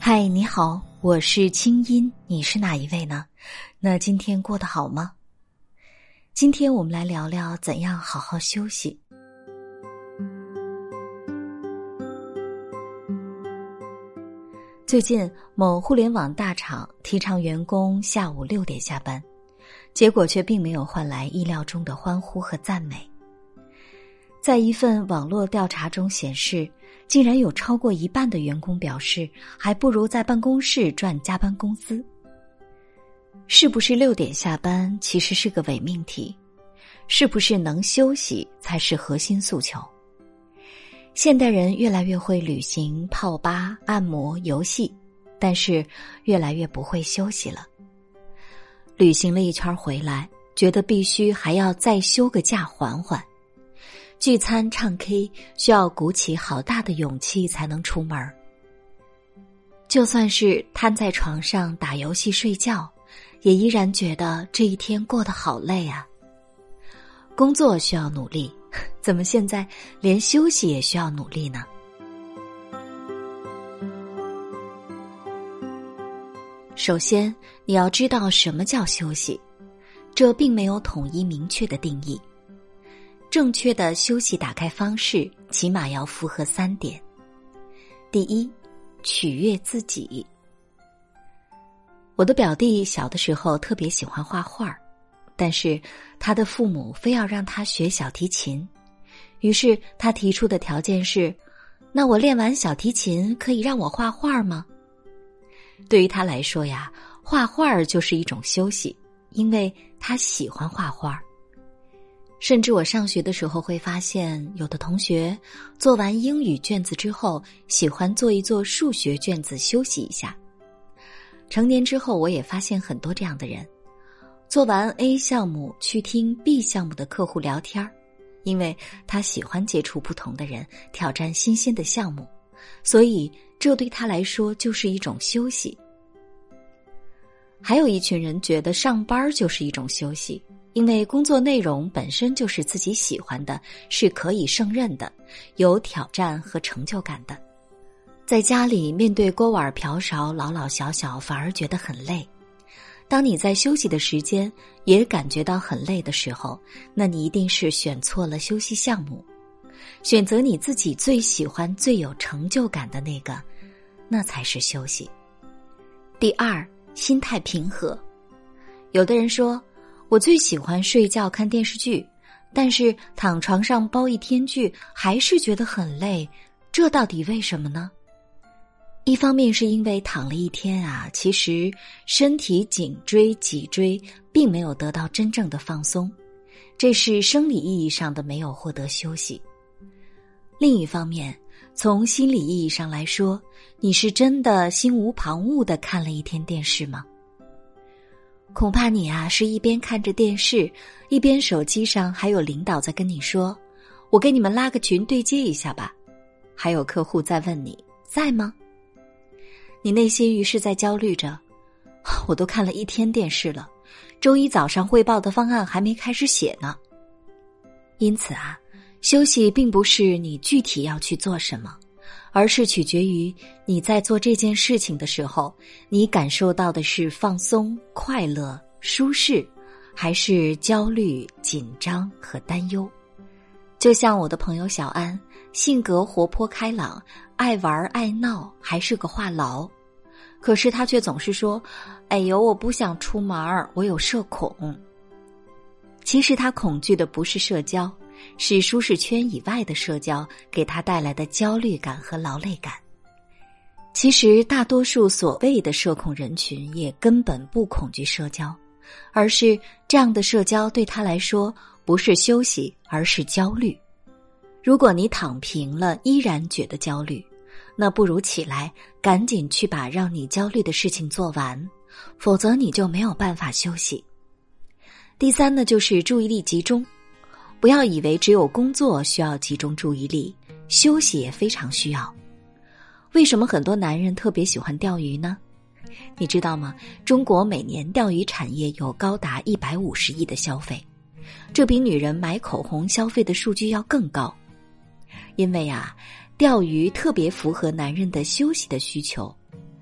嗨，你好，我是清音，你是哪一位呢？那今天过得好吗？今天我们来聊聊怎样好好休息。最近某互联网大厂提倡员工下午6点下班，结果却并没有换来意料中的欢呼和赞美。在一份网络调查中显示，竟然有超过一半的员工表示，还不如在办公室赚加班工资。是不是6点下班其实是个伪命题？是不是能休息才是核心诉求？现代人越来越会旅行、泡吧、按摩、游戏，但是越来越不会休息了。旅行了一圈回来，觉得必须还要再休个假缓缓。聚餐唱 K 需要鼓起好大的勇气才能出门。就算是瘫在床上打游戏睡觉，也依然觉得这一天过得好累啊。工作需要努力，怎么现在连休息也需要努力呢？首先，你要知道什么叫休息，这并没有统一明确的定义。正确的休息打开方式起码要符合3点。第一，取悦自己。我的表弟小的时候特别喜欢画画，但是他的父母非要让他学小提琴，于是他提出的条件是，那我练完小提琴可以让我画画吗？对于他来说呀，画画就是一种休息，因为他喜欢画画。甚至我上学的时候会发现，有的同学做完英语卷子之后，喜欢做一做数学卷子休息一下。成年之后，我也发现很多这样的人，做完 A 项目去听 B 项目的客户聊天，因为他喜欢接触不同的人，挑战新鲜的项目，所以这对他来说就是一种休息。还有一群人觉得上班就是一种休息，因为工作内容本身就是自己喜欢的，是可以胜任的，有挑战和成就感的。在家里面对锅碗瓢勺老老小小反而觉得很累。当你在休息的时间也感觉到很累的时候，那你一定是选错了休息项目。选择你自己最喜欢最有成就感的那个，那才是休息。第二，心态平和。有的人说，我最喜欢睡觉看电视剧，但是躺床上煲一天剧还是觉得很累，这到底为什么呢？一方面是因为躺了一天啊，其实身体颈椎脊椎并没有得到真正的放松，这是生理意义上的没有获得休息。另一方面，从心理意义上来说，你是真的心无旁骛地看了一天电视吗？恐怕你啊，是一边看着电视，一边手机上还有领导在跟你说，我给你们拉个群对接一下吧，还有客户在问你在吗？你内心于是在焦虑着，我都看了一天电视了，周一早上汇报的方案还没开始写呢。因此啊，休息并不是你具体要去做什么，而是取决于你在做这件事情的时候，你感受到的是放松、快乐、舒适，还是焦虑、紧张和担忧。就像我的朋友小安，性格活泼开朗，爱玩爱闹，还是个话痨，可是他却总是说，哎呦，我不想出门，我有社恐。其实他恐惧的不是社交，是舒适圈以外的社交给他带来的焦虑感和劳累感。其实大多数所谓的社恐人群也根本不恐惧社交，而是这样的社交对他来说不是休息，而是焦虑。如果你躺平了依然觉得焦虑，那不如起来赶紧去把让你焦虑的事情做完，否则你就没有办法休息。第三呢，就是注意力集中。不要以为只有工作需要集中注意力，休息也非常需要。为什么很多男人特别喜欢钓鱼呢？你知道吗？中国每年钓鱼产业有高达150亿的消费，这比女人买口红消费的数据要更高。因为啊，钓鱼特别符合男人的休息的需求。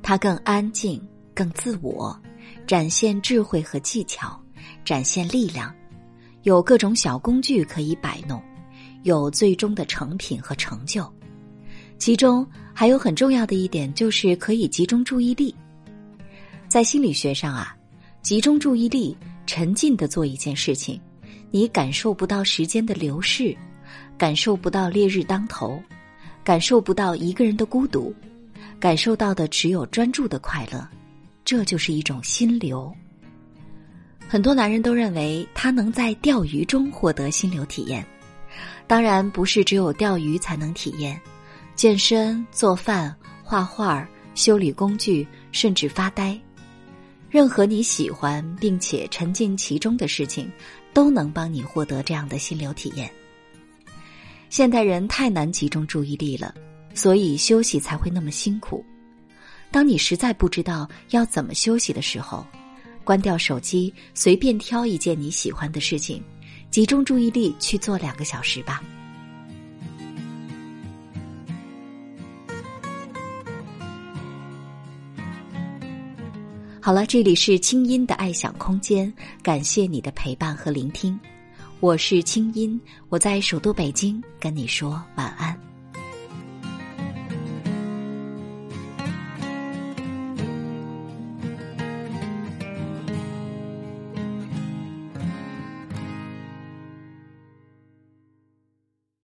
它更安静，更自我，展现智慧和技巧，展现力量，有各种小工具可以摆弄，有最终的成品和成就。其中还有很重要的一点，就是可以集中注意力。在心理学上啊，集中注意力，沉浸地做一件事情，你感受不到时间的流逝，感受不到烈日当头，感受不到一个人的孤独，感受到的只有专注的快乐，这就是一种心流。很多男人都认为他能在钓鱼中获得心流体验，当然不是只有钓鱼才能体验，健身、做饭、画画、修理工具，甚至发呆，任何你喜欢并且沉浸其中的事情，都能帮你获得这样的心流体验。现代人太难集中注意力了，所以休息才会那么辛苦。当你实在不知道要怎么休息的时候，关掉手机，随便挑一件你喜欢的事情，集中注意力去做2个小时吧。好了，这里是清音的爱想空间，感谢你的陪伴和聆听。我是清音，我在首都北京跟你说晚安。